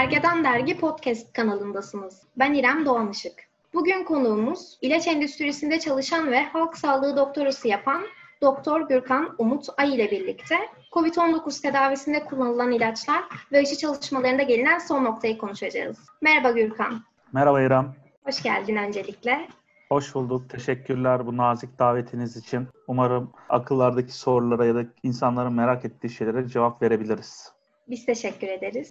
Gergedan Dergi Podcast kanalındasınız. Ben İrem Doğanışık. Bugün konuğumuz ilaç endüstrisinde çalışan ve halk sağlığı doktorası yapan Doktor Gürkan Umut Ay ile birlikte COVID-19 tedavisinde kullanılan ilaçlar ve aşı çalışmalarında gelinen son noktayı konuşacağız. Merhaba Gürkan. Merhaba İrem. Hoş geldin öncelikle. Hoş bulduk. Teşekkürler bu nazik davetiniz için. Umarım akıllardaki sorulara ya da insanların merak ettiği şeylere cevap verebiliriz. Biz teşekkür ederiz.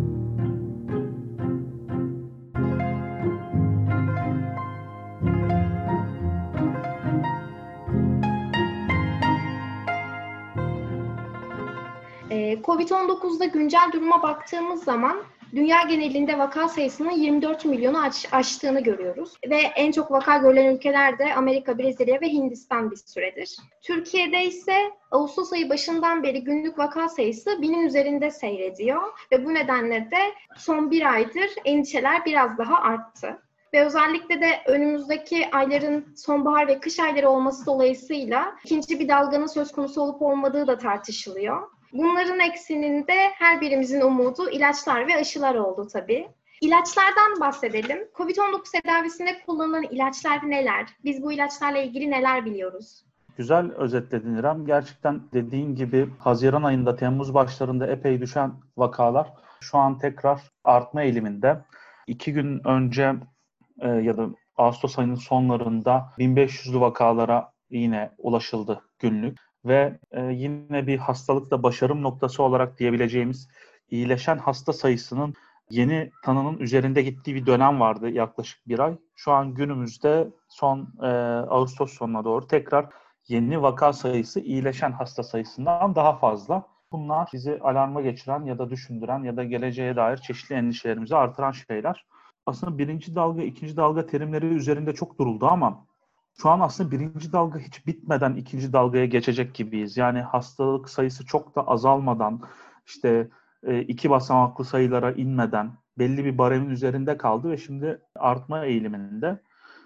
Covid-19'da güncel duruma baktığımız zaman dünya genelinde vaka sayısının 24 milyonu aştığını görüyoruz. Ve en çok vaka görülen ülkeler de Amerika, Brezilya ve Hindistan bir süredir. Türkiye'de ise Ağustos ayı başından beri günlük vaka sayısı 1000'in üzerinde seyrediyor. Ve bu nedenle de son bir aydır endişeler biraz daha arttı. Ve özellikle de önümüzdeki ayların sonbahar ve kış ayları olması dolayısıyla ikinci bir dalganın söz konusu olup olmadığı da tartışılıyor. Bunların ekseninde her birimizin umudu ilaçlar ve aşılar oldu tabii. İlaçlardan bahsedelim. Covid-19 tedavisinde kullanılan ilaçlar neler? Biz bu ilaçlarla ilgili neler biliyoruz? Güzel özetledin İrem. Gerçekten dediğin gibi Haziran ayında, Temmuz başlarında epey düşen vakalar şu an tekrar artma eğiliminde. 2 gün önce ya da Ağustos ayının sonlarında 1500'lü vakalara yine ulaşıldı günlük. Ve yine bir hastalıkta başarım noktası olarak diyebileceğimiz iyileşen hasta sayısının yeni tanının üzerinde gittiği bir dönem vardı yaklaşık bir ay. Şu an günümüzde son Ağustos sonuna doğru tekrar yeni vaka sayısı iyileşen hasta sayısından daha fazla. Bunlar bizi alarma geçiren ya da düşündüren ya da geleceğe dair çeşitli endişelerimizi artıran şeyler. Aslında birinci dalga, ikinci dalga terimleri üzerinde çok duruldu ama şu an aslında birinci dalga hiç bitmeden ikinci dalgaya geçecek gibiyiz. Yani hastalık sayısı çok da azalmadan, işte 2 basamaklı sayılara inmeden belli bir baremin üzerinde kaldı ve şimdi artma eğiliminde.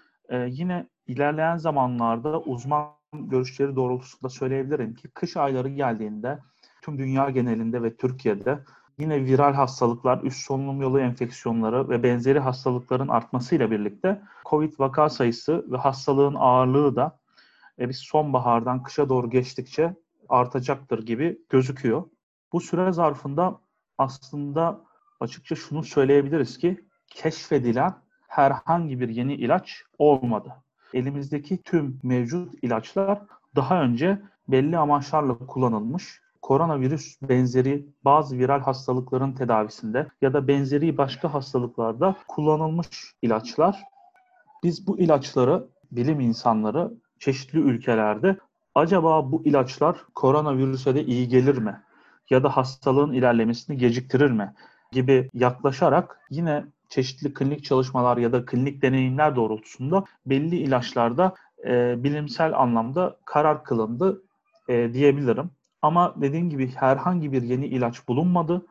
Yine ilerleyen zamanlarda uzman görüşleri doğrultusunda söyleyebilirim ki kış ayları geldiğinde tüm dünya genelinde ve Türkiye'de yine viral hastalıklar, üst solunum yolu enfeksiyonları ve benzeri hastalıkların artmasıyla birlikte COVID vaka sayısı ve hastalığın ağırlığı da biz sonbahardan kışa doğru geçtikçe artacaktır gibi gözüküyor. Bu süre zarfında aslında açıkça şunu söyleyebiliriz ki keşfedilen herhangi bir yeni ilaç olmadı. Elimizdeki tüm mevcut ilaçlar daha önce belli amaçlarla kullanılmış, koronavirüs benzeri bazı viral hastalıkların tedavisinde ya da benzeri başka hastalıklarda kullanılmış ilaçlar. Biz bu ilaçları, bilim insanları çeşitli ülkelerde acaba bu ilaçlar koronavirüse de iyi gelir mi? Ya da hastalığın ilerlemesini geciktirir mi? Gibi yaklaşarak yine çeşitli klinik çalışmalar ya da klinik deneyimler doğrultusunda belli ilaçlarda bilimsel anlamda karar kılındı diyebilirim. Ama dediğim gibi herhangi bir yeni ilaç bulunmadı.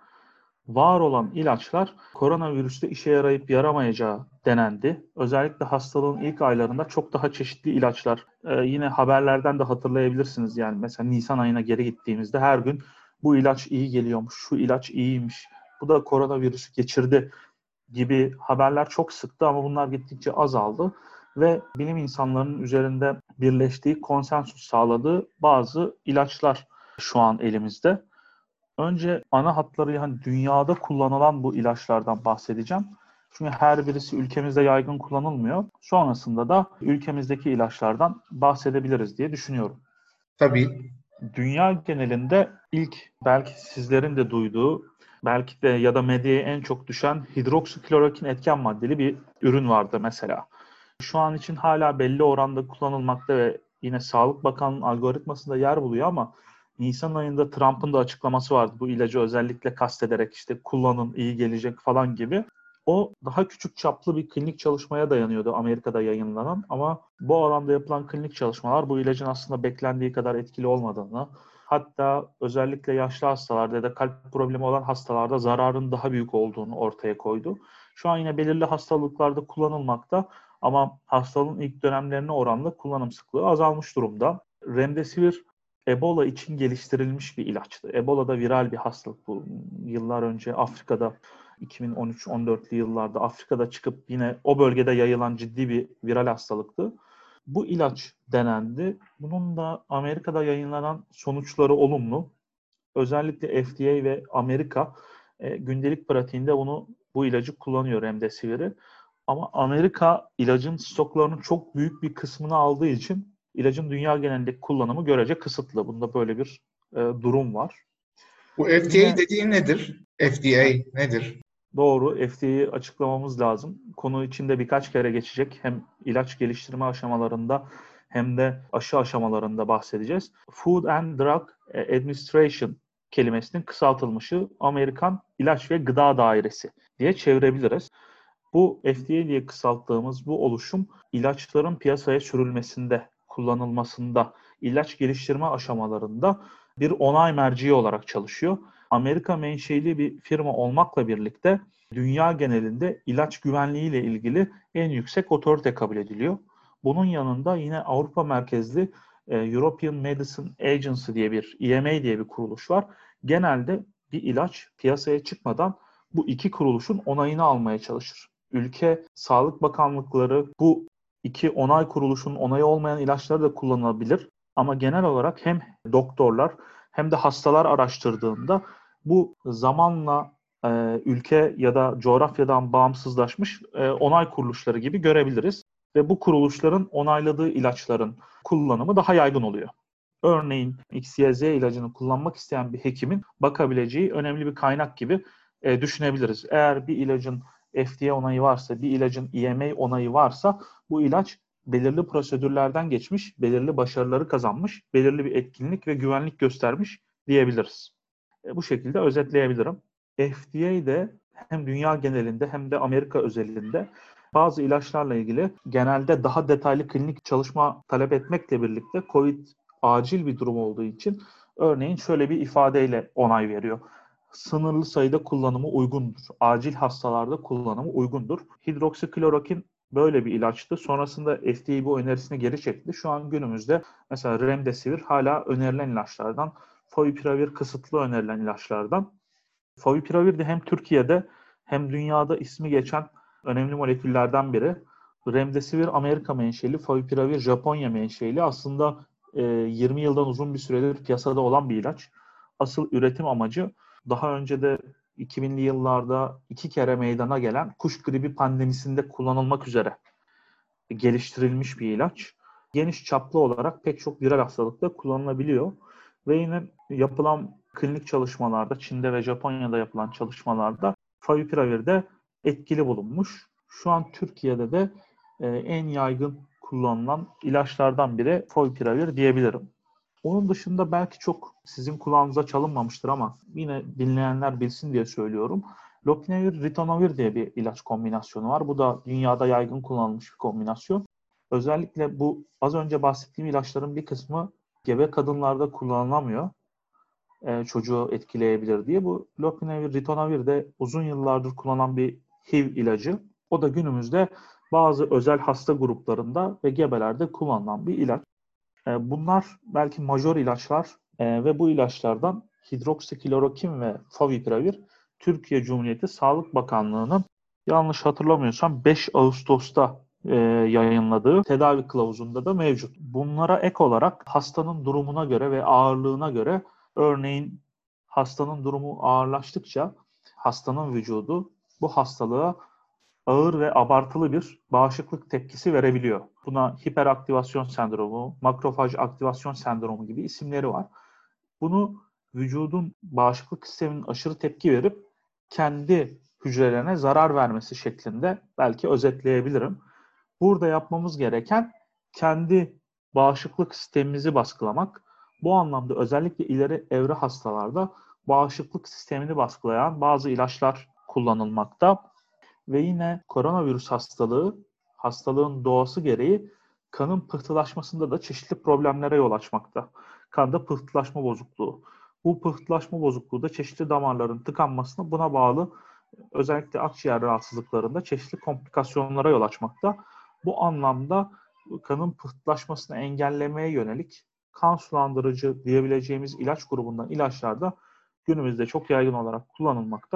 Var olan ilaçlar koronavirüste işe yarayıp yaramayacağı denendi. Özellikle hastalığın ilk aylarında çok daha çeşitli ilaçlar. Yine haberlerden de hatırlayabilirsiniz. Yani mesela Nisan ayına geri gittiğimizde her gün bu ilaç iyi geliyormuş, şu ilaç iyiymiş, bu da koronavirüsü geçirdi gibi haberler çok sıktı ama bunlar gittikçe azaldı. Ve bilim insanlarının üzerinde birleştiği, konsensus sağladığı bazı ilaçlar şu an elimizde. Önce ana hatlarıyla dünyada kullanılan bu ilaçlardan bahsedeceğim. Çünkü her birisi ülkemizde yaygın kullanılmıyor. Sonrasında da ülkemizdeki ilaçlardan bahsedebiliriz diye düşünüyorum. Tabii. Dünya genelinde ilk belki sizlerin de duyduğu, belki de ya da medyaya en çok düşen hidroksiklorokin etken maddeli bir ürün vardı mesela. Şu an için hala belli oranda kullanılmakta ve yine Sağlık Bakanlığı'nın algoritmasında yer buluyor ama Nisan ayında Trump'ın da açıklaması vardı. Bu ilacı özellikle kastederek işte kullanın, iyi gelecek falan gibi. O daha küçük çaplı bir klinik çalışmaya dayanıyordu Amerika'da yayınlanan ama bu alanda yapılan klinik çalışmalar bu ilacın aslında beklendiği kadar etkili olmadığını, hatta özellikle yaşlı hastalarda ya da kalp problemi olan hastalarda zararın daha büyük olduğunu ortaya koydu. Şu an yine belirli hastalıklarda kullanılmakta ama hastalığın ilk dönemlerine oranla kullanım sıklığı azalmış durumda. Remdesivir Ebola için geliştirilmiş bir ilaçtı. Ebola da viral bir hastalık bu. Yıllar önce Afrika'da 2013-14'lü yıllarda Afrika'da çıkıp yine o bölgede yayılan ciddi bir viral hastalıktı. Bu ilaç denendi. Bunun da Amerika'da yayınlanan sonuçları olumlu. Özellikle FDA ve Amerika gündelik pratiğinde bu ilacı kullanıyor, Remdesivir'i. Ama Amerika ilacın stoklarının çok büyük bir kısmını aldığı için ilacın dünya genelindeki kullanımı görece kısıtlı. Bunda böyle bir durum var. Bu FDA dediğin nedir? FDA nedir? Doğru, FDA'yı açıklamamız lazım. Konu içinde birkaç kere geçecek. Hem ilaç geliştirme aşamalarında hem de aşı aşamalarında bahsedeceğiz. Food and Drug Administration kelimesinin kısaltılmışı Amerikan İlaç ve Gıda Dairesi diye çevirebiliriz. Bu FDA diye kısalttığımız bu oluşum ilaçların piyasaya sürülmesinde, kullanılmasında, ilaç geliştirme aşamalarında bir onay merciği olarak çalışıyor. Amerika menşeli bir firma olmakla birlikte dünya genelinde ilaç güvenliği ile ilgili en yüksek otorite kabul ediliyor. Bunun yanında yine Avrupa merkezli European Medicines Agency diye bir EMA diye bir kuruluş var. Genelde bir ilaç piyasaya çıkmadan bu iki kuruluşun onayını almaya çalışır. Ülke Sağlık Bakanlıkları bu iki onay kuruluşunun onayı olmayan ilaçları da kullanılabilir. Ama genel olarak hem doktorlar hem de hastalar araştırdığında bu zamanla ülke ya da coğrafyadan bağımsızlaşmış onay kuruluşları gibi görebiliriz. Ve bu kuruluşların onayladığı ilaçların kullanımı daha yaygın oluyor. Örneğin XYZ ilacını kullanmak isteyen bir hekimin bakabileceği önemli bir kaynak gibi düşünebiliriz. Eğer bir ilacın FDA onayı varsa, bir ilacın EMA onayı varsa bu ilaç belirli prosedürlerden geçmiş, belirli başarıları kazanmış, belirli bir etkinlik ve güvenlik göstermiş diyebiliriz. Bu şekilde özetleyebilirim. FDA de hem dünya genelinde hem de Amerika özelinde bazı ilaçlarla ilgili genelde daha detaylı klinik çalışma talep etmekle birlikte COVID acil bir durum olduğu için örneğin şöyle bir ifadeyle onay veriyor. Sınırlı sayıda kullanımı uygundur. Acil hastalarda kullanımı uygundur. Hidroksiklorokin böyle bir ilaçtı. Sonrasında FDA bu önerisini geri çekti. Şu an günümüzde mesela Remdesivir hala önerilen ilaçlardan. Favipiravir kısıtlı önerilen ilaçlardan. Favipiravir de hem Türkiye'de hem dünyada ismi geçen önemli moleküllerden biri. Remdesivir Amerika menşeli, Favipiravir Japonya menşeli. Aslında 20 yıldan uzun bir süredir piyasada olan bir ilaç. Asıl üretim amacı daha önce de 2000'li yıllarda 2 kere meydana gelen kuş gribi pandemisinde kullanılmak üzere geliştirilmiş bir ilaç. Geniş çaplı olarak pek çok viral hastalıkta kullanılabiliyor. Ve yine yapılan klinik çalışmalarda, Çin'de ve Japonya'da yapılan çalışmalarda Favipiravir de etkili bulunmuş. Şu an Türkiye'de de en yaygın kullanılan ilaçlardan biri Favipiravir diyebilirim. Onun dışında belki çok sizin kulağınıza çalınmamıştır ama yine dinleyenler bilsin diye söylüyorum. Lopinavir, ritonavir diye bir ilaç kombinasyonu var. Bu da dünyada yaygın kullanılmış bir kombinasyon. Özellikle bu az önce bahsettiğim ilaçların bir kısmı gebe kadınlarda kullanılamıyor. Çocuğu etkileyebilir diye. Bu lopinavir, ritonavir de uzun yıllardır kullanılan bir HIV ilacı. O da günümüzde bazı özel hasta gruplarında ve gebelerde kullanılan bir ilaç. Bunlar belki majör ilaçlar ve bu ilaçlardan hidroksiklorokin ve favipiravir Türkiye Cumhuriyeti Sağlık Bakanlığı'nın yanlış hatırlamıyorsam 5 Ağustos'ta yayınladığı tedavi kılavuzunda da mevcut. Bunlara ek olarak hastanın durumuna göre ve ağırlığına göre örneğin hastanın durumu ağırlaştıkça hastanın vücudu bu hastalığa ağır ve abartılı bir bağışıklık tepkisi verebiliyor. Buna hiperaktivasyon sendromu, makrofaj aktivasyon sendromu gibi isimleri var. Bunu vücudun bağışıklık sisteminin aşırı tepki verip kendi hücrelerine zarar vermesi şeklinde belki özetleyebilirim. Burada yapmamız gereken kendi bağışıklık sistemimizi baskılamak. Bu anlamda özellikle ileri evre hastalarda bağışıklık sistemini baskılayan bazı ilaçlar kullanılmakta. Ve yine koronavirüs hastalığın doğası gereği kanın pıhtılaşmasında da çeşitli problemlere yol açmakta. Kanda pıhtılaşma bozukluğu. Bu pıhtılaşma bozukluğu da çeşitli damarların tıkanmasına, buna bağlı özellikle akciğer rahatsızlıklarında çeşitli komplikasyonlara yol açmakta. Bu anlamda kanın pıhtılaşmasını engellemeye yönelik kan sulandırıcı diyebileceğimiz ilaç grubundan ilaçlar da günümüzde çok yaygın olarak kullanılmakta.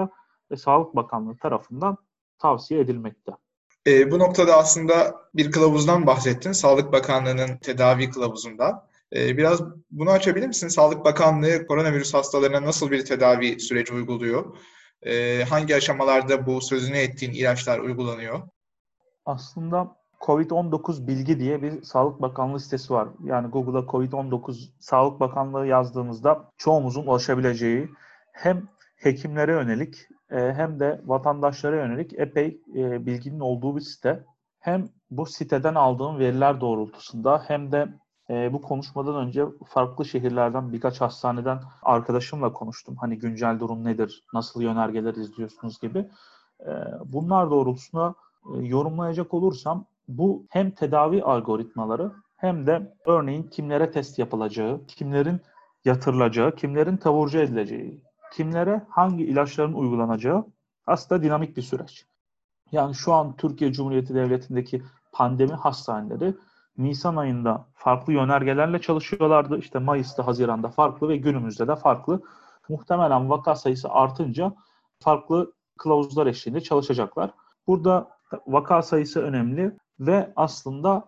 ve Sağlık Bakanlığı tarafından tavsiye edilmekte. Bu noktada aslında bir kılavuzdan bahsettin. Sağlık Bakanlığı'nın tedavi kılavuzundan. Biraz bunu açabilir misin? Sağlık Bakanlığı koronavirüs hastalarına nasıl bir tedavi süreci uyguluyor? Hangi aşamalarda bu sözünü ettiğin ilaçlar uygulanıyor? Aslında COVID-19 bilgi diye bir Sağlık Bakanlığı sitesi var. Yani Google'a COVID-19 Sağlık Bakanlığı yazdığınızda çoğumuzun ulaşabileceği hem hekimlere yönelik hem de vatandaşlara yönelik epey bilginin olduğu bir site. Hem bu siteden aldığım veriler doğrultusunda hem de bu konuşmadan önce farklı şehirlerden birkaç hastaneden arkadaşımla konuştum. Hani güncel durum nedir, nasıl yönergeler izliyorsunuz gibi. Bunlar doğrultusunda yorumlayacak olursam bu hem tedavi algoritmaları hem de örneğin kimlere test yapılacağı, kimlerin yatırılacağı, kimlerin taburcu edileceği, kimlere hangi ilaçların uygulanacağı aslında dinamik bir süreç. Yani şu an Türkiye Cumhuriyeti Devleti'ndeki pandemi hastaneleri Nisan ayında farklı yönergelerle çalışıyorlardı. İşte Mayıs'ta, Haziran'da farklı ve günümüzde de farklı. Muhtemelen vaka sayısı artınca farklı kılavuzlar eşliğinde çalışacaklar. Burada vaka sayısı önemli ve aslında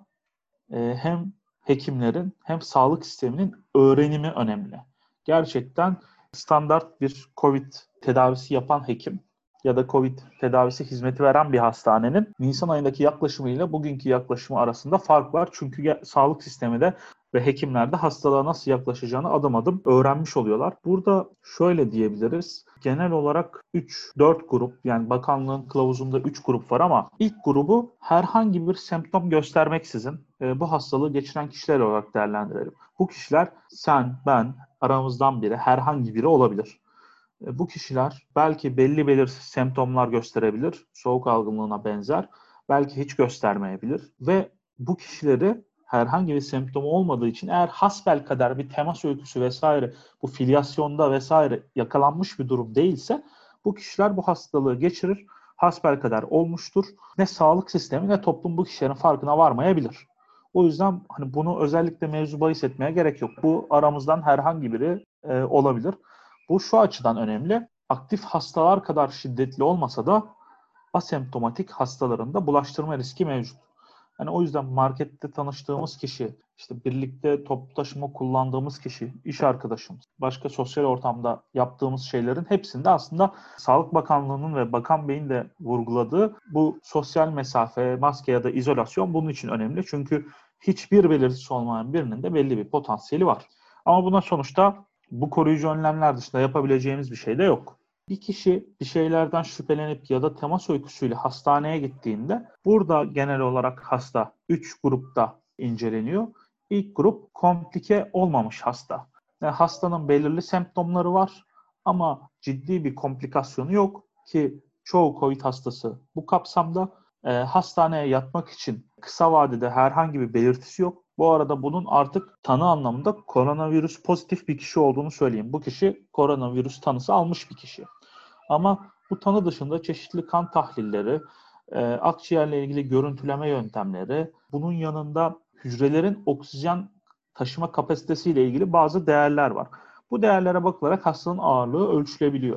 hem hekimlerin hem sağlık sisteminin öğrenimi önemli. Gerçekten standart bir COVID tedavisi yapan hekim ya da COVID tedavisi hizmeti veren bir hastanenin Nisan ayındaki yaklaşımıyla bugünkü yaklaşımı arasında fark var. Çünkü sağlık sistemi de ve hekimler de hastalığa nasıl yaklaşacağını adım adım öğrenmiş oluyorlar. Burada şöyle diyebiliriz. Genel olarak 3-4 grup, yani bakanlığın kılavuzunda 3 grup var ama ilk grubu herhangi bir semptom göstermeksizin bu hastalığı geçiren kişiler olarak değerlendirelim. Bu kişiler sen, ben, aramızdan biri, herhangi biri olabilir. Bu kişiler belki belli belirsiz semptomlar gösterebilir, soğuk algınlığına benzer, belki hiç göstermeyebilir ve bu kişileri herhangi bir semptomu olmadığı için eğer hasbelkader bir temas öyküsü vesaire, bu filyasyonda vesaire yakalanmış bir durum değilse bu kişiler bu hastalığı geçirir, hasbelkader olmuştur. Ne sağlık sistemi ne toplum bu kişilerin farkına varmayabilir. O yüzden hani bunu özellikle mevzu bahis etmeye gerek yok. Bu aramızdan herhangi biri olabilir. Bu şu açıdan önemli. Aktif hastalar kadar şiddetli olmasa da asemptomatik hastaların da bulaştırma riski mevcut. Yani o yüzden markette tanıştığımız kişi, işte birlikte toplu taşıma kullandığımız kişi, iş arkadaşımız, başka sosyal ortamda yaptığımız şeylerin hepsinde aslında Sağlık Bakanlığı'nın ve Bakan Bey'in de vurguladığı bu sosyal mesafe, maske ya da izolasyon bunun için önemli. Çünkü hiçbir belirtisi olmayan birinin de belli bir potansiyeli var. Ama buna sonuçta bu koruyucu önlemler dışında yapabileceğimiz bir şey de yok. Bir kişi bir şeylerden şüphelenip ya da temas öyküsüyle hastaneye gittiğinde burada genel olarak hasta 3 grupta inceleniyor. İlk grup komplike olmamış hasta. Yani hastanın belirli semptomları var ama ciddi bir komplikasyonu yok ki çoğu COVID hastası bu kapsamda hastaneye yatmak için kısa vadede herhangi bir belirtisi yok. Bu arada bunun artık tanı anlamında koronavirüs pozitif bir kişi olduğunu söyleyeyim. Bu kişi koronavirüs tanısı almış bir kişi. Ama bu tanı dışında çeşitli kan tahlilleri, akciğerle ilgili görüntüleme yöntemleri, bunun yanında hücrelerin oksijen taşıma kapasitesiyle ilgili bazı değerler var. Bu değerlere bakılarak hastanın ağırlığı ölçülebiliyor.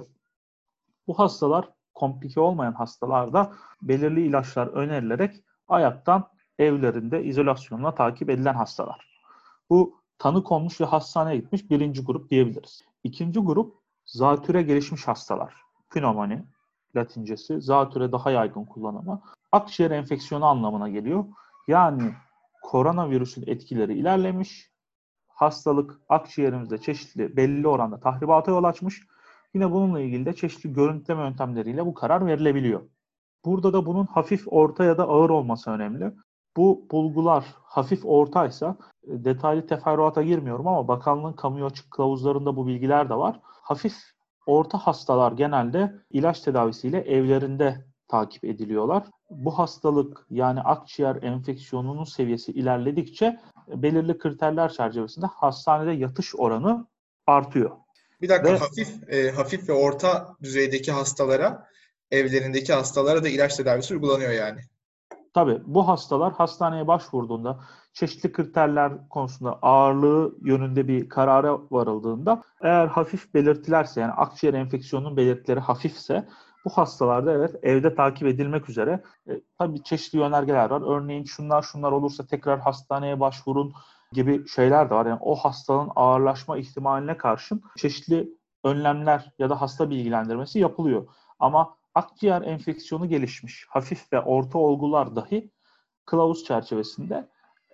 Bu hastalar komplike olmayan hastalarda belirli ilaçlar önerilerek ayaktan evlerinde izolasyonla takip edilen hastalar. Bu tanı konmuş ve hastaneye gitmiş birinci grup diyebiliriz. İkinci grup zatüre gelişmiş hastalar. Pnömoni, Latincesi, zatüre daha yaygın kullanımı. Akciğer enfeksiyonu anlamına geliyor. Yani koronavirüsün etkileri ilerlemiş, hastalık akciğerimizde çeşitli belli oranda tahribata yol açmış. Yine bununla ilgili de çeşitli görüntüleme yöntemleriyle bu karar verilebiliyor. Burada da bunun hafif, orta ya da ağır olması önemli. Bu bulgular hafif ortaysa detaylı teferruata girmiyorum ama bakanlığın kamuya açık kılavuzlarında bu bilgiler de var. Hafif orta hastalar genelde ilaç tedavisiyle evlerinde takip ediliyorlar. Bu hastalık yani akciğer enfeksiyonunun seviyesi ilerledikçe belirli kriterler çerçevesinde hastanede yatış oranı artıyor. Bir dakika, Ve hafif ve orta düzeydeki hastalara, evlerindeki hastalara da ilaç tedavisi uygulanıyor yani. tabii bu hastalar hastaneye başvurduğunda çeşitli kriterler konusunda ağırlığı yönünde bir karara varıldığında eğer hafif belirtilerse yani akciğer enfeksiyonunun belirtileri hafifse Bu hastalarda evet evde takip edilmek üzere tabii çeşitli yönergeler var. Örneğin şunlar olursa tekrar hastaneye başvurun gibi şeyler de var. Yani o hastalığın ağırlaşma ihtimaline karşın çeşitli önlemler ya da hasta bilgilendirmesi yapılıyor. Ama akciğer enfeksiyonu gelişmiş, hafif ve orta olgular dahi kılavuz çerçevesinde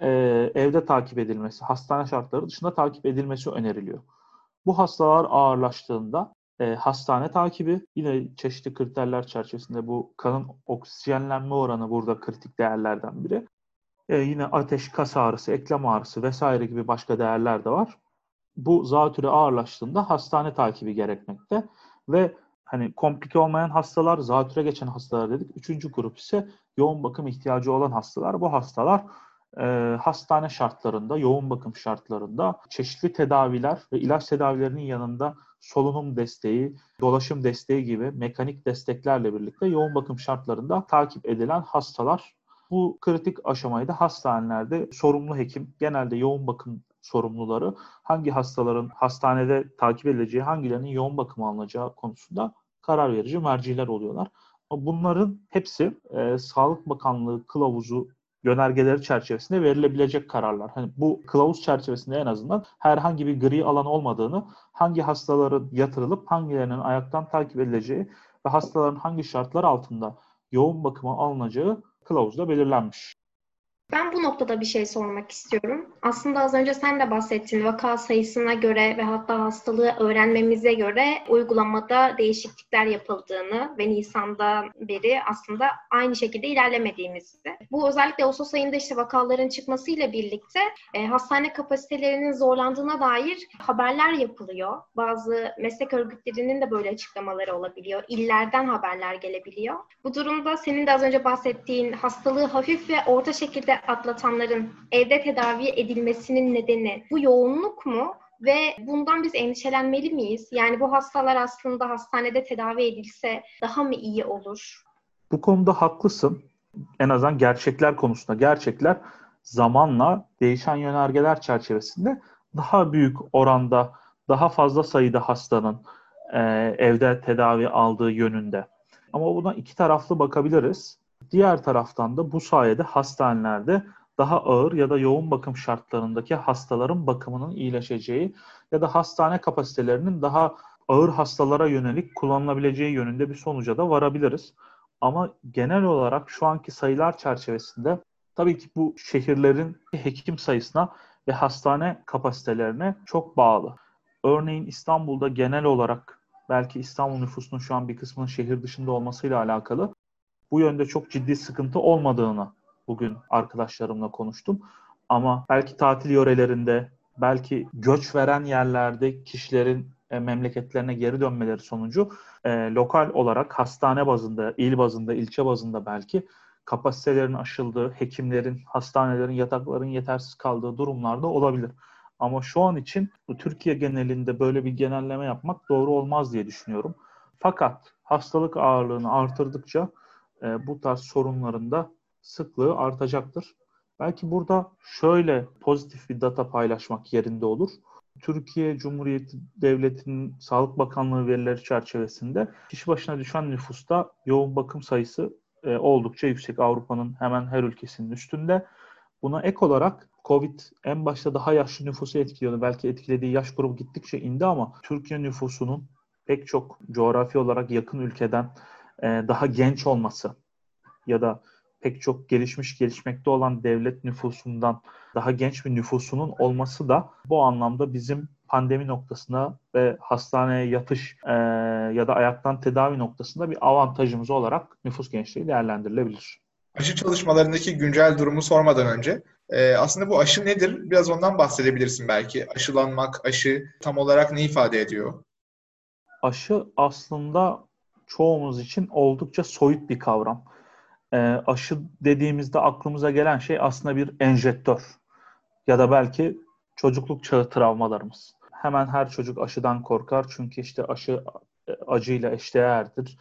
evde takip edilmesi, hastane şartları dışında takip edilmesi öneriliyor. Bu hastalar ağırlaştığında hastane takibi, yine çeşitli kriterler çerçevesinde bu kanın oksijenlenme oranı burada kritik değerlerden biri. Yine ateş, kas ağrısı, eklem ağrısı vesaire gibi başka değerler de var. Bu zatürre ağırlaştığında hastane takibi gerekmekte ve hani komplike olmayan hastalar, zatüre geçen hastalar dedik. Üçüncü grup ise yoğun bakım ihtiyacı olan hastalar. Bu hastalar hastane şartlarında, yoğun bakım şartlarında çeşitli tedaviler ve ilaç tedavilerinin yanında solunum desteği, dolaşım desteği gibi mekanik desteklerle birlikte yoğun bakım şartlarında takip edilen hastalar. Bu kritik aşamayı da hastanelerde sorumlu hekim, genelde yoğun bakım sorumluları hangi hastaların hastanede takip edileceği, hangilerinin yoğun bakıma alınacağı konusunda karar verici merciler oluyorlar. Bunların hepsi Sağlık Bakanlığı kılavuzu yönergeleri çerçevesinde verilebilecek kararlar. Hani bu kılavuz çerçevesinde en azından herhangi bir gri alan olmadığını, hangi hastaların yatırılıp hangilerinin ayaktan takip edileceği ve hastaların hangi şartlar altında yoğun bakıma alınacağı kılavuzda belirlenmiş. Ben bu noktada bir şey sormak istiyorum. Aslında az önce sen de bahsettin, vaka sayısına göre ve hatta hastalığı öğrenmemize göre uygulamada değişiklikler yapıldığını ve Nisan'dan beri aslında aynı şekilde ilerlemediğimizi. Bu özellikle Ağustos ayında işte vakaların çıkmasıyla birlikte hastane kapasitelerinin zorlandığına dair haberler yapılıyor. Bazı meslek örgütlerinin de böyle açıklamaları olabiliyor. İllerden haberler gelebiliyor. Bu durumda senin de az önce bahsettiğin hastalığı hafif ve orta şekilde atlatanların evde tedavi edilmesinin nedeni bu yoğunluk mu? Ve bundan biz endişelenmeli miyiz? Yani bu hastalar aslında hastanede tedavi edilse daha mı iyi olur? Bu konuda haklısın. En azından gerçekler konusunda. Gerçekler zamanla değişen yönergeler çerçevesinde daha büyük oranda, daha fazla sayıda hastanın evde tedavi aldığı yönünde. Ama buna iki taraflı bakabiliriz. Diğer taraftan da bu sayede hastanelerde daha ağır ya da yoğun bakım şartlarındaki hastaların bakımının iyileşeceği ya da hastane kapasitelerinin daha ağır hastalara yönelik kullanılabileceği yönünde bir sonuca da varabiliriz. Ama genel olarak şu anki sayılar çerçevesinde tabii ki bu şehirlerin hekim sayısına ve hastane kapasitelerine çok bağlı. Örneğin İstanbul'da genel olarak belki İstanbul nüfusunun şu an bir kısmının şehir dışında olmasıyla alakalı bu yönde çok ciddi sıkıntı olmadığını bugün arkadaşlarımla konuştum. Ama belki tatil yörelerinde, belki göç veren yerlerde kişilerin memleketlerine geri dönmeleri sonucu lokal olarak hastane bazında, il bazında, ilçe bazında belki kapasitelerin aşıldığı, hekimlerin, hastanelerin, yatakların yetersiz kaldığı durumlarda olabilir. Ama şu an için Türkiye genelinde böyle bir genelleme yapmak doğru olmaz diye düşünüyorum. Fakat hastalık ağırlığını artırdıkça bu tarz sorunların da sıklığı artacaktır. Belki burada şöyle pozitif bir data paylaşmak yerinde olur. Türkiye Cumhuriyeti Devleti'nin Sağlık Bakanlığı verileri çerçevesinde kişi başına düşen nüfusta yoğun bakım sayısı oldukça yüksek. Avrupa'nın hemen her ülkesinin üstünde. Buna ek olarak Covid en başta daha yaşlı nüfusu etkiliyordu. Belki etkilediği yaş grubu gittikçe indi ama Türkiye nüfusunun pek çok coğrafi olarak yakın ülkeden daha genç olması ya da pek çok gelişmekte olan devlet nüfusundan daha genç bir nüfusunun olması da bu anlamda bizim pandemi noktasında ve hastaneye yatış ya da ayaktan tedavi noktasında bir avantajımız olarak nüfus gençliği değerlendirilebilir. Aşı çalışmalarındaki güncel durumu sormadan önce aslında bu aşı nedir? Biraz ondan bahsedebilirsin belki. Aşılanmak, aşı tam olarak ne ifade ediyor? Aşı aslında çoğumuz için oldukça soyut bir kavram. Aşı dediğimizde aklımıza gelen şey aslında bir enjektör ya da belki çocukluk çağı travmalarımız. Hemen her çocuk aşıdan korkar çünkü işte aşı acıyla eşdeğerdir.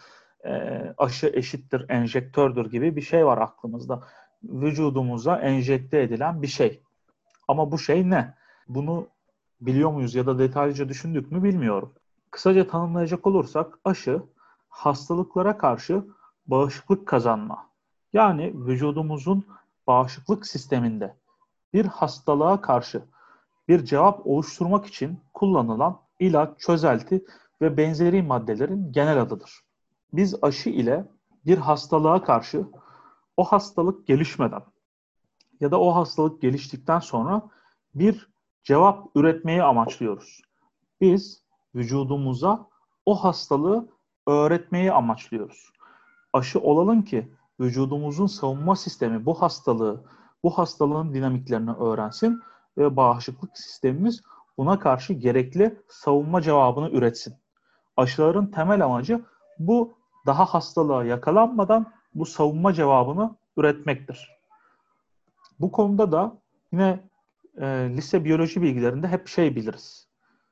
Aşı eşittir enjektördür gibi bir şey var aklımızda. Vücudumuza enjekte edilen bir şey. Ama bu şey ne? Bunu biliyor muyuz ya da detaylıca düşündük mü bilmiyorum. Kısaca tanımlayacak olursak aşı hastalıklara karşı bağışıklık kazanma. Yani vücudumuzun bağışıklık sisteminde bir hastalığa karşı bir cevap oluşturmak için kullanılan ilaç, çözelti ve benzeri maddelerin genel adıdır. Biz aşı ile bir hastalığa karşı o hastalık gelişmeden ya da o hastalık geliştikten sonra bir cevap üretmeyi amaçlıyoruz. Biz vücudumuza o hastalığı öğretmeyi amaçlıyoruz. Aşı olalım ki vücudumuzun savunma sistemi bu hastalığın dinamiklerini öğrensin ve bağışıklık sistemimiz buna karşı gerekli savunma cevabını üretsin. Aşıların temel amacı bu daha hastalığa yakalanmadan bu savunma cevabını üretmektir. Bu konuda da yine lise biyoloji bilgilerinde hep biliriz.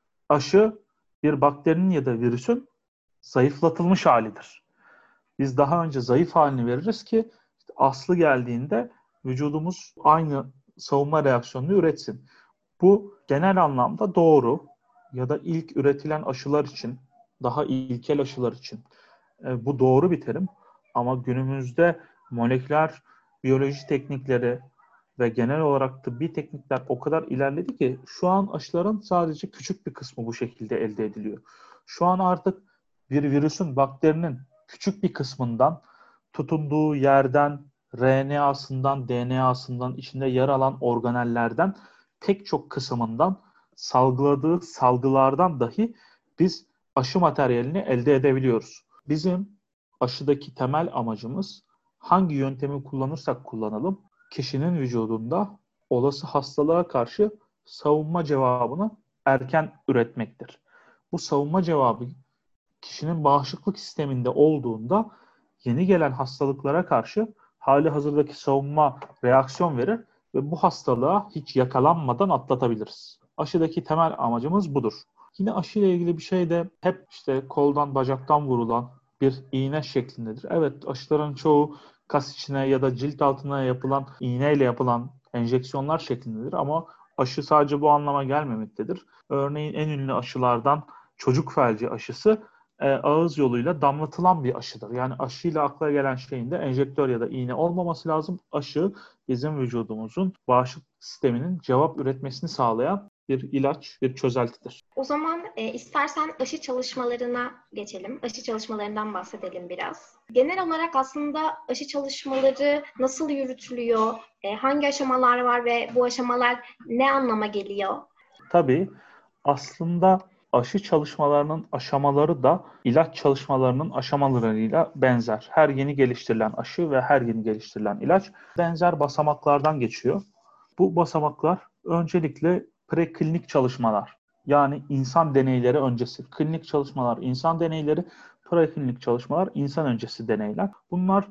Aşı bir bakterinin ya da virüsün zayıflatılmış halidir. Biz daha önce zayıf halini veririz ki aslı geldiğinde vücudumuz aynı savunma reaksiyonunu üretsin. Bu genel anlamda doğru ya da ilk üretilen aşılar için, daha ilkel aşılar için bu doğru bir terim. Ama günümüzde moleküler biyoloji teknikleri ve genel olarak tıbbi teknikler o kadar ilerledi ki şu an aşıların sadece küçük bir kısmı bu şekilde elde ediliyor. Şu an artık bir virüsün, bakterinin küçük bir kısmından, tutunduğu yerden, RNA'sından, DNA'sından, içinde yer alan organellerden pek çok kısmından salgıladığı salgılardan dahi biz aşı materyalini elde edebiliyoruz. Bizim aşıdaki temel amacımız hangi yöntemi kullanırsak kullanalım, kişinin vücudunda olası hastalığa karşı savunma cevabını erken üretmektir. Bu savunma cevabı kişinin bağışıklık sisteminde olduğunda yeni gelen hastalıklara karşı hali hazırdaki savunma reaksiyon verir ve bu hastalığa hiç yakalanmadan atlatabiliriz. Aşıdaki temel amacımız budur. Yine aşıyla ilgili bir şey de hep koldan, bacaktan vurulan bir iğne şeklindedir. Evet, aşıların çoğu kas içine ya da cilt altına yapılan iğneyle yapılan enjeksiyonlar şeklindedir ama aşı sadece bu anlama gelmemektedir. Örneğin en ünlü aşılardan çocuk felci aşısı ağız yoluyla damlatılan bir aşıdır. Yani aşıyla akla gelen şeyin de enjektör ya da iğne olmaması lazım. Aşı bizim vücudumuzun bağışıklık sisteminin cevap üretmesini sağlayan bir ilaç, bir çözeltidir. O zaman istersen aşı çalışmalarına geçelim. Aşı çalışmalarından bahsedelim biraz. Genel olarak aslında aşı çalışmaları nasıl yürütülüyor? Hangi aşamalar var ve bu aşamalar ne anlama geliyor? Tabii aslında aşı çalışmalarının aşamaları da ilaç çalışmalarının aşamalarıyla benzer. Her yeni geliştirilen aşı ve her yeni geliştirilen ilaç benzer basamaklardan geçiyor. Bu basamaklar öncelikle preklinik çalışmalar, yani insan deneyleri öncesi. Klinik çalışmalar, insan deneyleri, preklinik çalışmalar, insan öncesi deneyler. Bunlar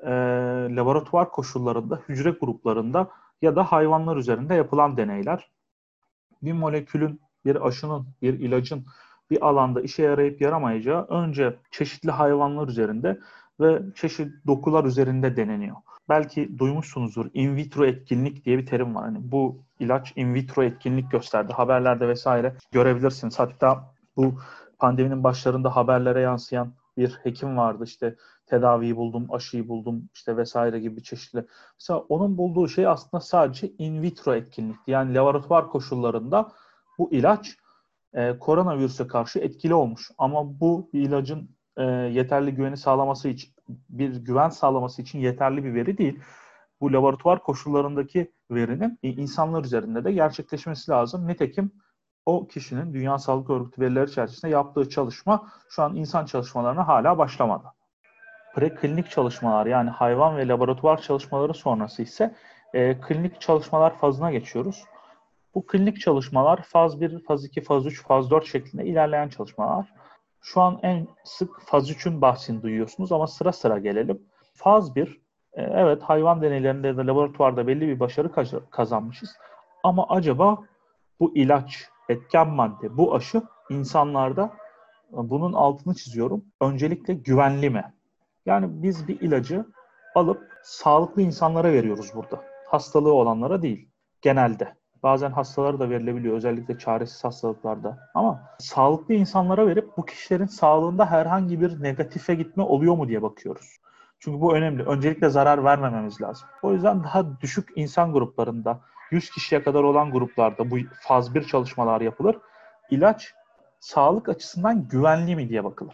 laboratuvar koşullarında, hücre gruplarında ya da hayvanlar üzerinde yapılan deneyler. Bir molekülün, bir aşının, bir ilacın bir alanda işe yarayıp yaramayacağı önce çeşitli hayvanlar üzerinde ve çeşitli dokular üzerinde deneniyor. Belki duymuşsunuzdur, in vitro etkinlik diye bir terim var. Yani bu ilaç in vitro etkinlik gösterdi. Haberlerde vesaire görebilirsiniz. Hatta bu pandeminin başlarında haberlere yansıyan bir hekim vardı. Tedaviyi buldum, aşıyı buldum vesaire gibi çeşitli. Mesela onun bulduğu şey aslında sadece in vitro etkinlikti. Yani laboratuvar koşullarında bu ilaç koronavirüse karşı etkili olmuş. Ama bu bir ilacın yeterli güveni sağlaması için, bir güven sağlaması için yeterli bir veri değil. Bu laboratuvar koşullarındaki verinin insanlar üzerinde de gerçekleşmesi lazım. Nitekim o kişinin Dünya Sağlık Örgütü verileri çerçevesinde yaptığı çalışma şu an insan çalışmalarına hala başlamadı. Preklinik çalışmalar, yani hayvan ve laboratuvar çalışmaları sonrası ise klinik çalışmalar fazına geçiyoruz. Bu klinik çalışmalar faz 1, faz 2, faz 3, faz 4 şeklinde ilerleyen çalışmalar. Şu an en sık faz 3'ün bahsini duyuyorsunuz ama sıra sıra gelelim. Faz 1, evet hayvan deneylerinde ya da laboratuvarda belli bir başarı kazanmışız. Ama acaba bu ilaç, etken madde, bu aşı insanlarda, bunun altını çiziyorum, öncelikle güvenli mi? Yani biz bir ilacı alıp sağlıklı insanlara veriyoruz burada. Hastalığı olanlara değil, genelde. Bazen hastalara da verilebiliyor, özellikle çaresiz hastalıklarda. Ama sağlıklı insanlara verip bu kişilerin sağlığında herhangi bir negatife gitme oluyor mu diye bakıyoruz. Çünkü bu önemli. Öncelikle zarar vermememiz lazım. O yüzden daha düşük insan gruplarında, 100 kişiye kadar olan gruplarda bu faz 1 çalışmalar yapılır. İlaç sağlık açısından güvenli mi diye bakılır.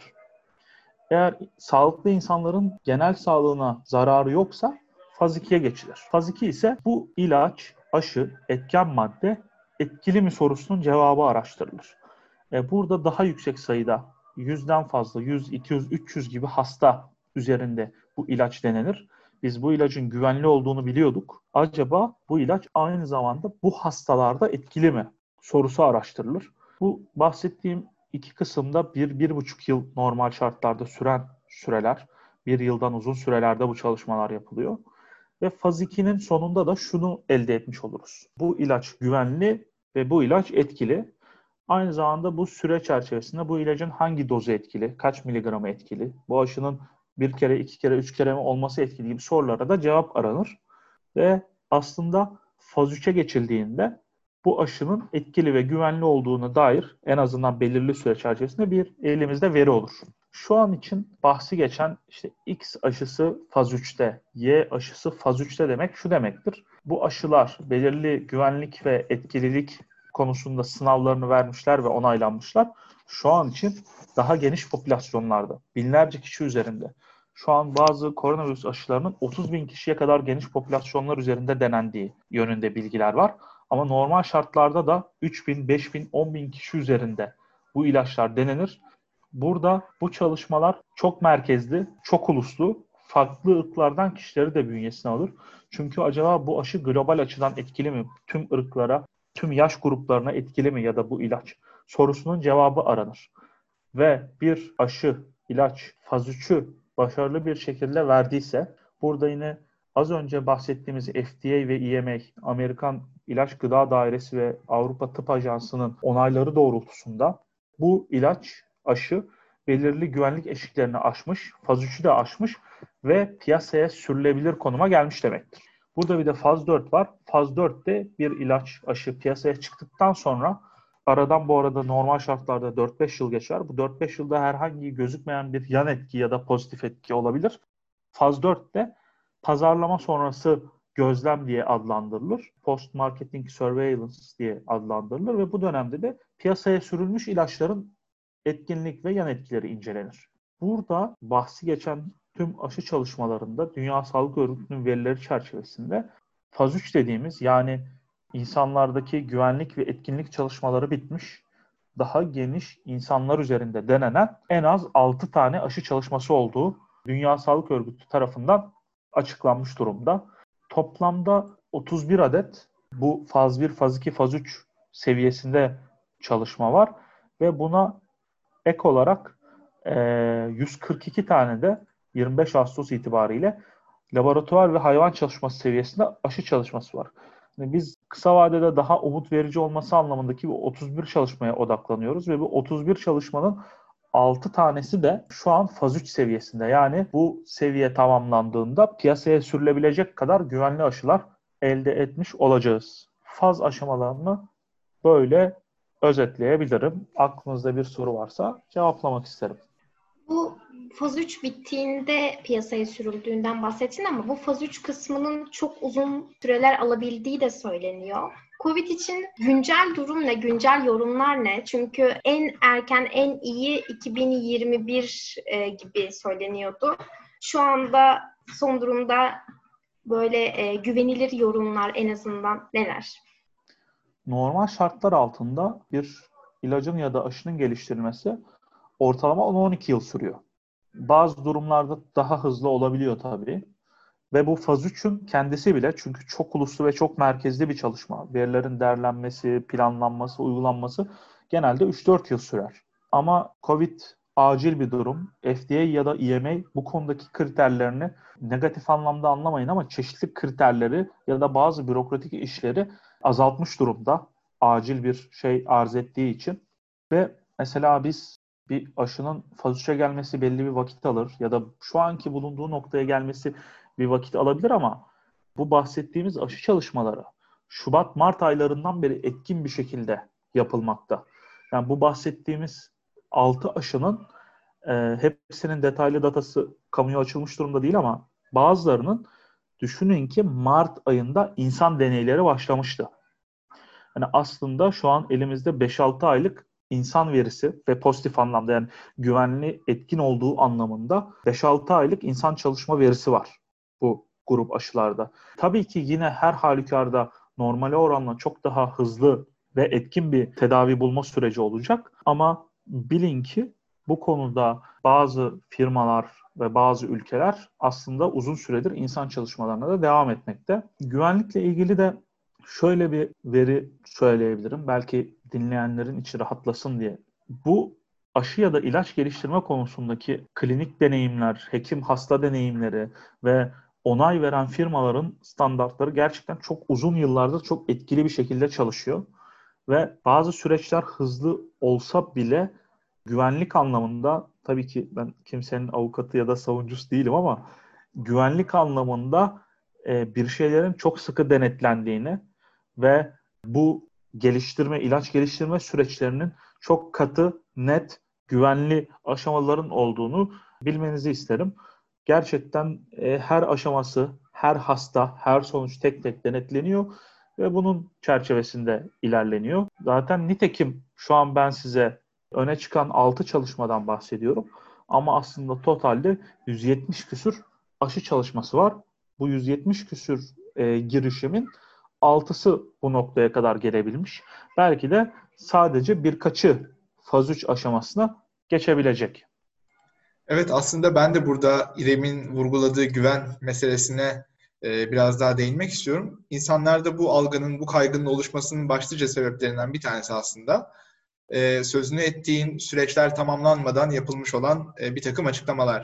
Eğer sağlıklı insanların genel sağlığına zararı yoksa faz 2'ye geçilir. Faz 2 ise bu ilaç, aşı, etken madde etkili mi sorusunun cevabı araştırılır. Burada daha yüksek sayıda 100'den fazla, 100, 200, 300 gibi hasta üzerinde bu ilaç denenir. Biz bu ilacın güvenli olduğunu biliyorduk. Acaba bu ilaç aynı zamanda bu hastalarda etkili mi sorusu araştırılır. Bu bahsettiğim iki kısımda 1-1,5 yıl normal şartlarda süren süreler, 1 yıldan uzun sürelerde bu çalışmalar yapılıyor. Ve faz 2'nin sonunda da şunu elde etmiş oluruz. Bu ilaç güvenli ve bu ilaç etkili. Aynı zamanda bu süre çerçevesinde bu ilacın hangi dozu etkili, kaç miligramı etkili, bu aşının 1 kere, 2 kere, 3 kere mi olması etkili gibi sorulara da cevap aranır. Ve aslında faz 3'e geçildiğinde bu aşının etkili ve güvenli olduğuna dair en azından belirli süre çerçevesinde bir elimizde veri olur. Şu an için bahsi geçen işte X aşısı faz 3'te, Y aşısı faz 3'te demek şu demektir. Bu aşılar belirli güvenlik ve etkililik konusunda sınavlarını vermişler ve onaylanmışlar. Şu an için daha geniş popülasyonlarda, binlerce kişi üzerinde. Şu an bazı koronavirüs aşılarının 30 bin kişiye kadar geniş popülasyonlar üzerinde denendiği yönünde bilgiler var. Ama normal şartlarda da 3 bin, 5 bin, 10 bin kişi üzerinde bu ilaçlar denenir. Burada bu çalışmalar çok merkezli, çok uluslu, farklı ırklardan kişileri de bünyesine alır. Çünkü acaba bu aşı global açıdan etkili mi? Tüm ırklara, tüm yaş gruplarına etkili mi ya da bu ilaç sorusunun cevabı aranır. Ve bir aşı, ilaç faz 3'ü başarılı bir şekilde verdiyse, burada yine az önce bahsettiğimiz FDA ve EMA, Amerikan İlaç Gıda Dairesi ve Avrupa Tıp Ajansı'nın onayları doğrultusunda bu ilaç, aşı belirli güvenlik eşiklerini aşmış, faz 3'ü de aşmış ve piyasaya sürülebilir konuma gelmiş demektir. Burada bir de faz 4 var. Faz 4'te bir ilaç, aşı piyasaya çıktıktan sonra aradan bu arada normal şartlarda 4-5 yıl geçer. Bu 4-5 yılda herhangi gözükmeyen bir yan etki ya da pozitif etki olabilir. Faz 4'te pazarlama sonrası gözlem diye adlandırılır. Post Marketing Surveillance diye adlandırılır ve bu dönemde de piyasaya sürülmüş ilaçların etkinlik ve yan etkileri incelenir. Burada bahsi geçen tüm aşı çalışmalarında Dünya Sağlık Örgütü'nün verileri çerçevesinde faz 3 dediğimiz, yani insanlardaki güvenlik ve etkinlik çalışmaları bitmiş, daha geniş insanlar üzerinde denenen en az 6 tane aşı çalışması olduğu Dünya Sağlık Örgütü tarafından açıklanmış durumda. Toplamda 31 adet bu faz 1, faz 2, faz 3 seviyesinde çalışma var ve buna ek olarak 142 tane de 25 Ağustos itibariyle laboratuvar ve hayvan çalışması seviyesinde aşı çalışması var. Yani biz kısa vadede daha umut verici olması anlamındaki bu 31 çalışmaya odaklanıyoruz ve bu 31 çalışmanın 6 tanesi de şu an faz 3 seviyesinde. Yani bu seviye tamamlandığında piyasaya sürülebilecek kadar güvenli aşılar elde etmiş olacağız. Faz aşamalarını böyle özetleyebilirim. Aklınızda bir soru varsa cevaplamak isterim. Bu faz 3 bittiğinde piyasaya sürüldüğünden bahsettin ama bu faz 3 kısmının çok uzun süreler alabildiği de söyleniyor. Covid için güncel durum ne? Güncel yorumlar ne? Çünkü en erken, en iyi 2021 gibi söyleniyordu. Şu anda son durumda böyle güvenilir yorumlar en azından neler? Normal şartlar altında bir ilacın ya da aşının geliştirilmesi ortalama 10-12 yıl sürüyor. Bazı durumlarda daha hızlı olabiliyor tabii. Ve bu faz 3'ün kendisi bile, çünkü çok uluslu ve çok merkezli bir çalışma. Verilerin değerlenmesi, planlanması, uygulanması genelde 3-4 yıl sürer. Ama Covid acil bir durum. FDA ya da EMA bu konudaki kriterlerini negatif anlamda anlamayın ama çeşitli kriterleri ya da bazı bürokratik işleri azaltmış durumda. Acil bir şey arz ettiği için. Ve mesela biz bir aşının faz 3'e gelmesi belli bir vakit alır ya da şu anki bulunduğu noktaya gelmesi bir vakit alabilir ama bu bahsettiğimiz aşı çalışmaları Şubat-Mart aylarından beri etkin bir şekilde yapılmakta. Yani bu bahsettiğimiz 6 aşının hepsinin detaylı datası kamuya açılmış durumda değil ama bazılarının düşünün ki Mart ayında insan deneyleri başlamıştı. Yani aslında şu an elimizde 5-6 aylık insan verisi ve pozitif anlamda yani güvenli etkin olduğu anlamında 5-6 aylık insan çalışma verisi var bu grup aşılarda. Tabii ki yine her halükarda normale oranla çok daha hızlı ve etkin bir tedavi bulma süreci olacak. Ama bilin ki bu konuda bazı firmalar ve bazı ülkeler aslında uzun süredir insan çalışmalarına da devam etmekte. Güvenlikle ilgili de şöyle bir veri söyleyebilirim. Belki dinleyenlerin içi rahatlasın diye. Bu aşı ya da ilaç geliştirme konusundaki klinik deneyimler, hekim hasta deneyimleri ve onay veren firmaların standartları gerçekten çok uzun yıllardır çok etkili bir şekilde çalışıyor. Ve bazı süreçler hızlı olsa bile güvenlik anlamında, tabii ki ben kimsenin avukatı ya da savuncusu değilim ama güvenlik anlamında bir şeylerin çok sıkı denetlendiğini ve bu ilaç geliştirme süreçlerinin çok katı, net, güvenli aşamaların olduğunu bilmenizi isterim. Gerçekten her aşaması, her hasta, her sonuç tek tek denetleniyor ve bunun çerçevesinde ilerleniyor. Zaten nitekim şu an ben size öne çıkan 6 çalışmadan bahsediyorum. Ama aslında totalde 170 küsür aşı çalışması var. Bu 170 küsür girişimin 6'sı bu noktaya kadar gelebilmiş. Belki de sadece birkaçı faz 3 aşamasına geçebilecek. Evet, aslında ben de burada İrem'in vurguladığı güven meselesine biraz daha değinmek istiyorum. İnsanlarda bu algının, bu kaygının oluşmasının başlıca sebeplerinden bir tanesi aslında sözünü ettiğin süreçler tamamlanmadan yapılmış olan bir takım açıklamalar.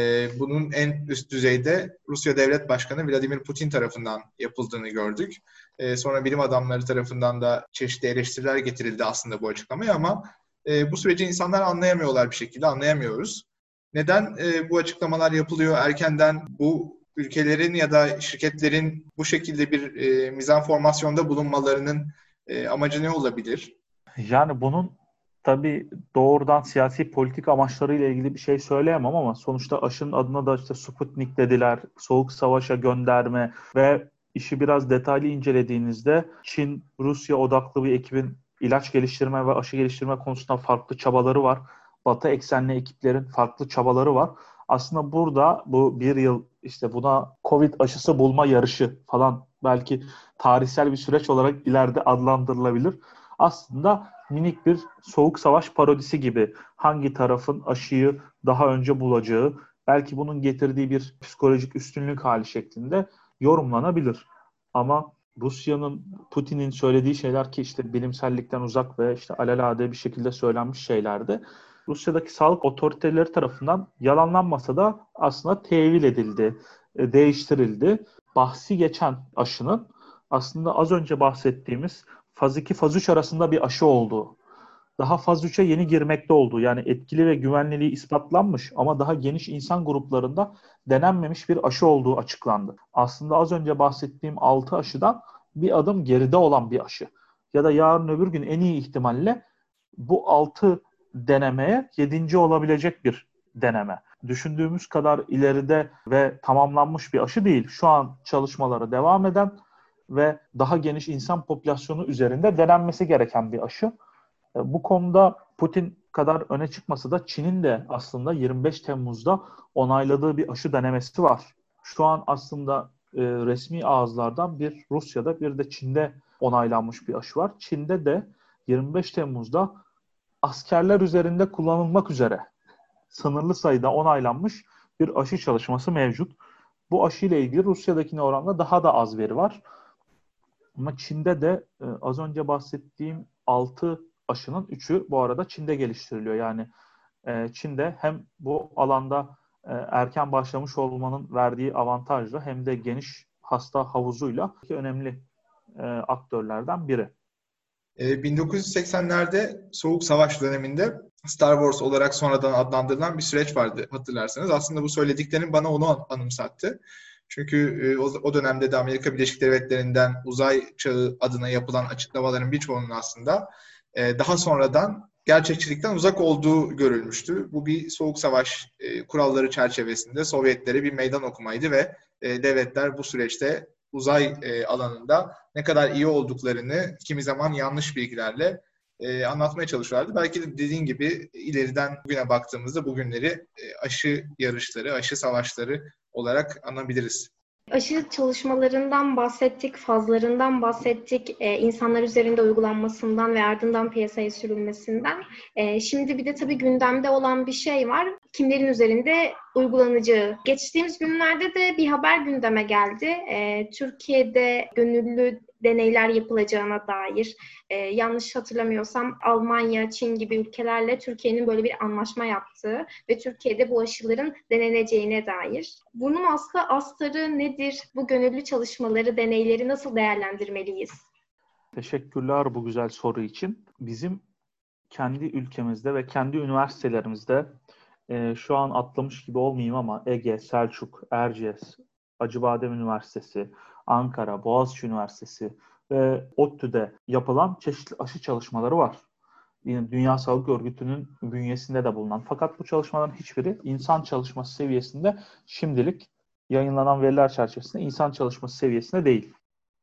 Bunun en üst düzeyde Rusya Devlet Başkanı Vladimir Putin tarafından yapıldığını gördük. Sonra bilim adamları tarafından da çeşitli eleştiriler getirildi aslında bu açıklamaya ama bu süreci insanlar anlayamıyorlar bir şekilde, anlayamıyoruz. Neden bu açıklamalar yapılıyor erkenden? Bu ülkelerin ya da şirketlerin bu şekilde bir mizanformasyonda bulunmalarının amacı ne olabilir? Yani bunun tabii doğrudan siyasi politik amaçlarıyla ilgili bir şey söyleyemem ama sonuçta aşının adına da işte Sputnik dediler, soğuk savaşa gönderme ve işi biraz detaylı incelediğinizde Çin, Rusya odaklı bir ekibin ilaç geliştirme ve aşı geliştirme konusunda farklı çabaları var. Batı eksenli ekiplerin farklı çabaları var. Aslında burada bu bir yıl işte buna Covid aşısı bulma yarışı falan belki tarihsel bir süreç olarak ileride adlandırılabilir. Aslında minik bir soğuk savaş parodisi gibi hangi tarafın aşıyı daha önce bulacağı, belki bunun getirdiği bir psikolojik üstünlük hali şeklinde yorumlanabilir. Ama Rusya'nın, Putin'in söylediği şeyler ki işte bilimsellikten uzak ve işte alelade bir şekilde söylenmiş şeylerdi. Rusya'daki sağlık otoriteleri tarafından yalanlanmasa da aslında tevil edildi, değiştirildi. Bahsi geçen aşının aslında az önce bahsettiğimiz faz 2, faz 3 arasında bir aşı olduğu, daha faz 3'e yeni girmekte olduğu, yani etkili ve güvenliliği ispatlanmış ama daha geniş insan gruplarında denenmemiş bir aşı olduğu açıklandı. Aslında az önce bahsettiğim 6 aşıdan bir adım geride olan bir aşı. Ya da yarın öbür gün en iyi ihtimalle bu 6 denemeye 7. olabilecek bir deneme. Düşündüğümüz kadar ileride ve tamamlanmış bir aşı değil. Şu an çalışmaları devam eden ve daha geniş insan popülasyonu üzerinde denenmesi gereken bir aşı. Bu konuda Putin kadar öne çıkmasa da Çin'in de aslında 25 Temmuz'da onayladığı bir aşı denemesi var. Şu an aslında resmi ağızlardan bir Rusya'da bir de Çin'de onaylanmış bir aşı var. Çin'de de 25 Temmuz'da askerler üzerinde kullanılmak üzere sınırlı sayıda onaylanmış bir aşı çalışması mevcut. Bu aşı ile ilgili Rusya'dakine oranla daha da az veri var. Ama Çin'de de az önce bahsettiğim 6 aşının 3'ü bu arada Çin'de geliştiriliyor. Yani Çin'de hem bu alanda erken başlamış olmanın verdiği avantajla hem de geniş hasta havuzuyla önemli aktörlerden biri. 1980'lerde Soğuk Savaş döneminde Star Wars olarak sonradan adlandırılan bir süreç vardı hatırlarsanız. Aslında bu söylediklerim bana onu anımsattı. Çünkü o dönemde de Amerika Birleşik Devletleri'nden uzay çağı adına yapılan açıklamaların birçoğunun aslında daha sonradan gerçekçilikten uzak olduğu görülmüştü. Bu bir soğuk savaş kuralları çerçevesinde Sovyetlere bir meydan okumaydı ve devletler bu süreçte uzay alanında ne kadar iyi olduklarını kimi zaman yanlış bilgilerle anlatmaya çalışıyorlardı. Belki de dediğin gibi ileriden bugüne baktığımızda bugünleri aşı yarışları, aşı savaşları olarak anabiliriz. Aşı çalışmalarından bahsettik, fazlarından bahsettik, insanlar üzerinde uygulanmasından ve ardından piyasaya sürülmesinden. Şimdi bir de tabii gündemde olan bir şey var. Kimlerin üzerinde uygulanacağı. Geçtiğimiz günlerde de bir haber gündeme geldi. Türkiye'de gönüllü deneyler yapılacağına dair. Yanlış hatırlamıyorsam Almanya, Çin gibi ülkelerle Türkiye'nin böyle bir anlaşma yaptığı ve Türkiye'de bu aşıların deneneceğine dair. Bunun astarı nedir? Bu gönüllü çalışmaları, deneyleri nasıl değerlendirmeliyiz? Teşekkürler bu güzel soru için. Bizim kendi ülkemizde ve kendi üniversitelerimizde şu an atlamış gibi olmayayım ama Ege, Selçuk, Erciyes, Acıbadem Üniversitesi, Ankara, Boğaziçi Üniversitesi ve ODTÜ'de yapılan çeşitli aşı çalışmaları var. Yine Dünya Sağlık Örgütü'nün bünyesinde de bulunan. Fakat bu çalışmaların hiçbiri insan çalışması seviyesinde şimdilik yayınlanan veriler çerçevesinde insan çalışması seviyesinde değil.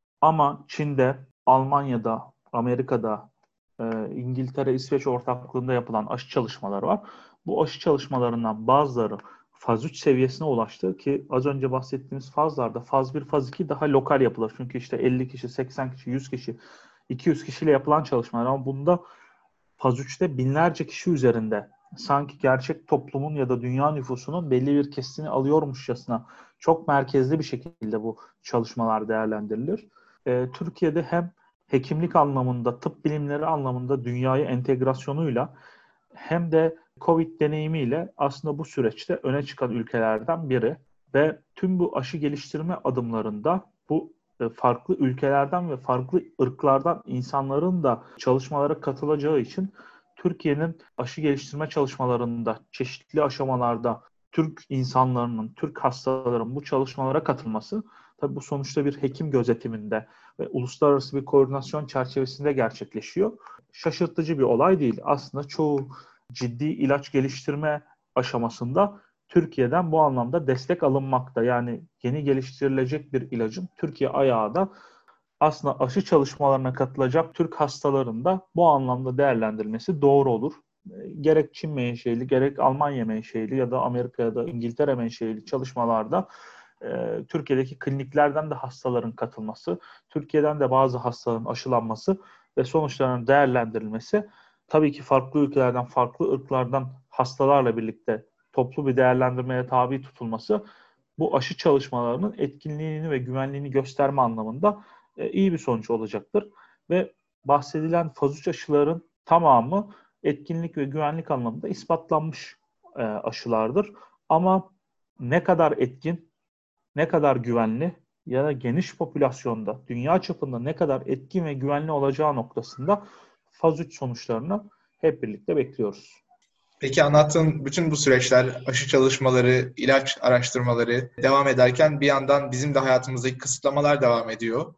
Ama Çin'de, Almanya'da, Amerika'da, İngiltere, İsveç ortaklığında yapılan aşı çalışmaları var. Bu aşı çalışmalarından bazıları faz 3 seviyesine ulaştı ki az önce bahsettiğimiz fazlarda faz 1, faz 2 daha lokal yapılır. Çünkü işte 50 kişi, 80 kişi, 100 kişi, 200 kişiyle yapılan çalışmalar ama bunda faz 3'te binlerce kişi üzerinde sanki gerçek toplumun ya da dünya nüfusunun belli bir kesitini alıyormuşçasına çok merkezli bir şekilde bu çalışmalar değerlendirilir. Türkiye'de hem hekimlik anlamında, tıp bilimleri anlamında dünyaya entegrasyonuyla hem de Covid deneyimiyle aslında bu süreçte öne çıkan ülkelerden biri ve tüm bu aşı geliştirme adımlarında bu farklı ülkelerden ve farklı ırklardan insanların da çalışmalara katılacağı için Türkiye'nin aşı geliştirme çalışmalarında çeşitli aşamalarda Türk insanlarının, Türk hastaların bu çalışmalara katılması tabii bu sonuçta bir hekim gözetiminde ve uluslararası bir koordinasyon çerçevesinde gerçekleşiyor. Şaşırtıcı bir olay değil. Aslında çoğu ciddi ilaç geliştirme aşamasında Türkiye'den bu anlamda destek alınmakta. Yani yeni geliştirilecek bir ilacın Türkiye ayağı da aslında aşı çalışmalarına katılacak Türk hastaların da bu anlamda değerlendirilmesi doğru olur. Gerek Çin menşeili, gerek Almanya menşeili ya da Amerika ya da İngiltere menşeili çalışmalarda Türkiye'deki kliniklerden de hastaların katılması, Türkiye'den de bazı hastaların aşılanması ve sonuçlarının değerlendirilmesi tabii ki farklı ülkelerden, farklı ırklardan hastalarla birlikte toplu bir değerlendirmeye tabi tutulması bu aşı çalışmalarının etkinliğini ve güvenliğini gösterme anlamında iyi bir sonuç olacaktır. Ve bahsedilen faz 3 aşıların tamamı etkinlik ve güvenlik anlamında ispatlanmış aşılardır. Ama ne kadar etkin, ne kadar güvenli ya da geniş popülasyonda, dünya çapında ne kadar etkin ve güvenli olacağı noktasında faz 3 sonuçlarını hep birlikte bekliyoruz. Peki anlattığın bütün bu süreçler, aşı çalışmaları, ilaç araştırmaları devam ederken bir yandan bizim de hayatımızdaki kısıtlamalar devam ediyor.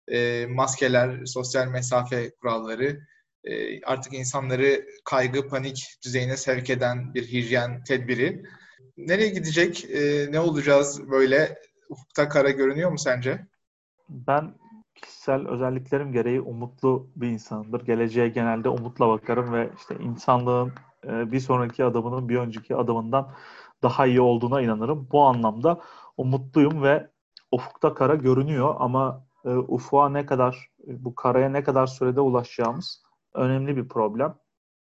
Maskeler, sosyal mesafe kuralları, artık insanları kaygı, panik düzeyine sevk eden bir hijyen tedbiri. Nereye gidecek, ne olacağız böyle? Ufukta kara görünüyor mu sence? Ben kişisel özelliklerim gereği umutlu bir insanımdır. Geleceğe genelde umutla bakarım ve işte insanlığın bir sonraki adımının bir önceki adımından daha iyi olduğuna inanırım. Bu anlamda umutluyum ve ufukta kara görünüyor ama ufuğa ne kadar, bu karaya ne kadar sürede ulaşacağımız önemli bir problem.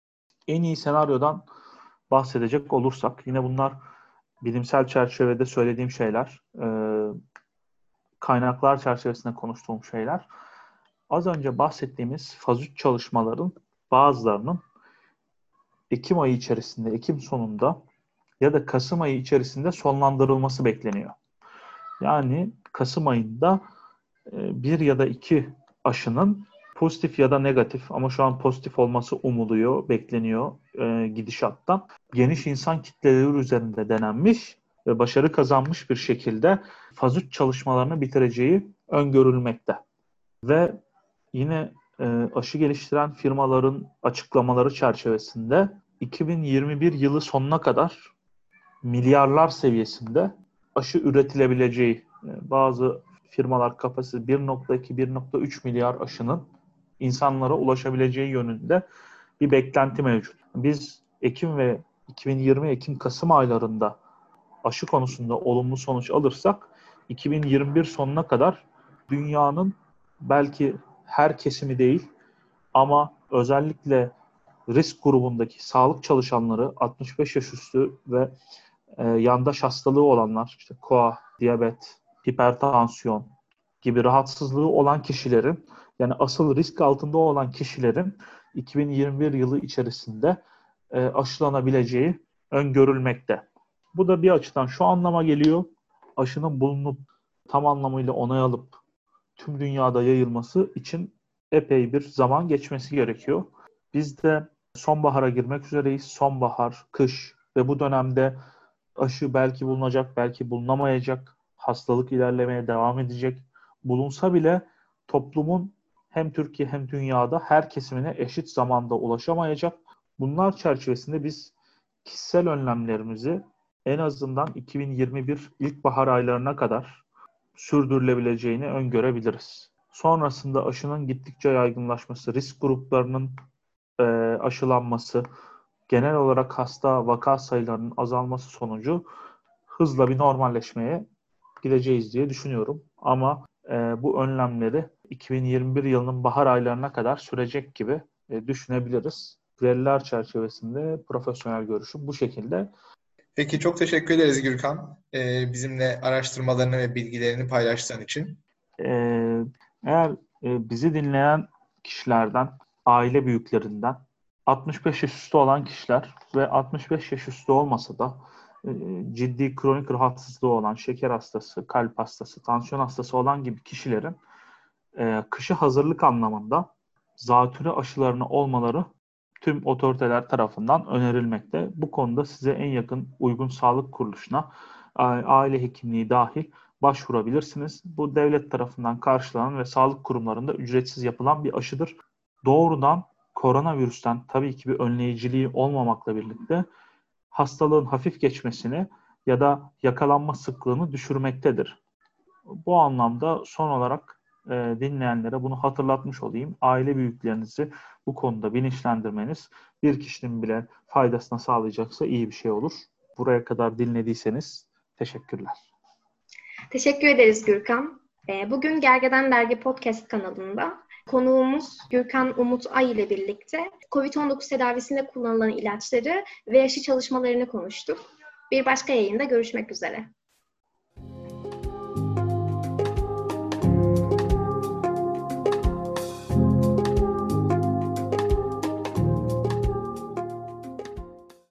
En iyi senaryodan bahsedecek olursak, yine bunlar bilimsel çerçevede söylediğim şeyler, kaynaklar çerçevesinde konuştuğum şeyler. Az önce bahsettiğimiz faz 3 çalışmaların bazılarının Ekim ayı içerisinde, Ekim sonunda ya da Kasım ayı içerisinde sonlandırılması bekleniyor. Yani Kasım ayında bir ya da iki aşının pozitif ya da negatif ama şu an pozitif olması umuluyor, bekleniyor gidişattan. Geniş insan kitleleri üzerinde denenmiş ve başarı kazanmış bir şekilde faz 3 çalışmalarını bitireceği öngörülmekte. Ve yine aşı geliştiren firmaların açıklamaları çerçevesinde 2021 yılı sonuna kadar milyarlar seviyesinde aşı üretilebileceği, bazı firmalar kapasite 1.2-1.3 milyar aşının insanlara ulaşabileceği yönünde bir beklenti mevcut. Biz Ekim-Kasım aylarında aşı konusunda olumlu sonuç alırsak 2021 sonuna kadar dünyanın belki her kesimi değil ama özellikle risk grubundaki sağlık çalışanları, 65 yaş üstü ve yandaş hastalığı olanlar, işte koa, diyabet, hipertansiyon gibi rahatsızlığı olan kişilerin, yani asıl risk altında olan kişilerin 2021 yılı içerisinde aşılanabileceği öngörülmekte. Bu da bir açıdan şu anlama geliyor: aşının bulunup tam anlamıyla onay alıp tüm dünyada yayılması için epey bir zaman geçmesi gerekiyor. Biz de sonbahara girmek üzereyiz. Sonbahar, kış ve bu dönemde aşı belki bulunacak, belki bulunamayacak. Hastalık ilerlemeye devam edecek. Bulunsa bile toplumun hem Türkiye hem dünyada her kesimine eşit zamanda ulaşamayacak. Bunlar çerçevesinde biz kişisel önlemlerimizi en azından 2021 ilkbahar aylarına kadar sürdürülebileceğini öngörebiliriz. Sonrasında aşının gittikçe yaygınlaşması, risk gruplarının aşılanması, genel olarak hasta vaka sayılarının azalması sonucu hızla bir normalleşmeye gideceğiz diye düşünüyorum. Ama bu önlemleri 2021 yılının bahar aylarına kadar sürecek gibi düşünebiliriz. Veriler çerçevesinde profesyonel görüşüm bu şekilde. Peki, çok teşekkür ederiz Gürkan. Bizimle araştırmalarını ve bilgilerini paylaştığın için. Eğer bizi dinleyen kişilerden, aile büyüklerinden 65 yaş üstü olan kişiler ve 65 yaş üstü olmasa da ciddi kronik rahatsızlığı olan, şeker hastası, kalp hastası, tansiyon hastası olan gibi kişilerin kışa hazırlık anlamında zatürre aşılarını olmaları tüm otoriteler tarafından önerilmekte. Bu konuda size en yakın uygun sağlık kuruluşuna, aile hekimliği dahil başvurabilirsiniz. Bu devlet tarafından karşılanan ve sağlık kurumlarında ücretsiz yapılan bir aşıdır. Doğrudan koronavirüsten tabii ki bir önleyiciliği olmamakla birlikte hastalığın hafif geçmesini ya da yakalanma sıklığını düşürmektedir. Bu anlamda son olarak dinleyenlere bunu hatırlatmış olayım. Aile büyüklerinizi bu konuda bilinçlendirmeniz bir kişinin bile faydasına sağlayacaksa iyi bir şey olur. Buraya kadar dinlediyseniz teşekkürler. Teşekkür ederiz Gürkan. Bugün Gergedan Dergi Podcast kanalında konuğumuz Gürkan Umut Ay ile birlikte COVID-19 tedavisinde kullanılan ilaçları ve aşı çalışmalarını konuştuk. Bir başka yayında görüşmek üzere.